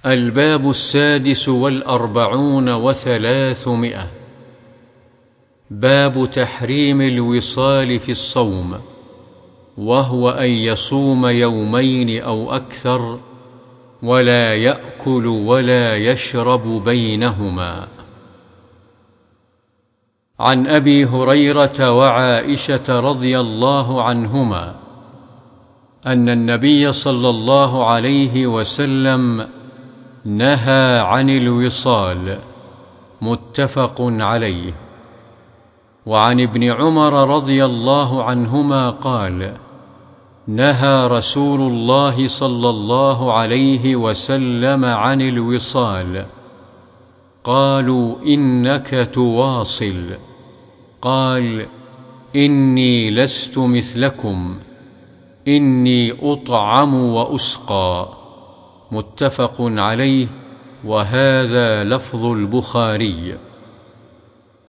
الباب 46 و300. باب تحريم الوصال في الصوم، وهو أن يصوم يومين أو أكثر ولا يأكل ولا يشرب بينهما. عن أبي هريرة وعائشة رضي الله عنهما أن النبي صلى الله عليه وسلم نهى عن الوصال، متفق عليه. وعن ابن عمر رضي الله عنهما قال: نهى رسول الله صلى الله عليه وسلم عن الوصال. قالوا: إنك تواصل؟ قال: إني لست مثلكم، إني أطعم وأسقى. متفق عليه، وهذا لفظ البخاري.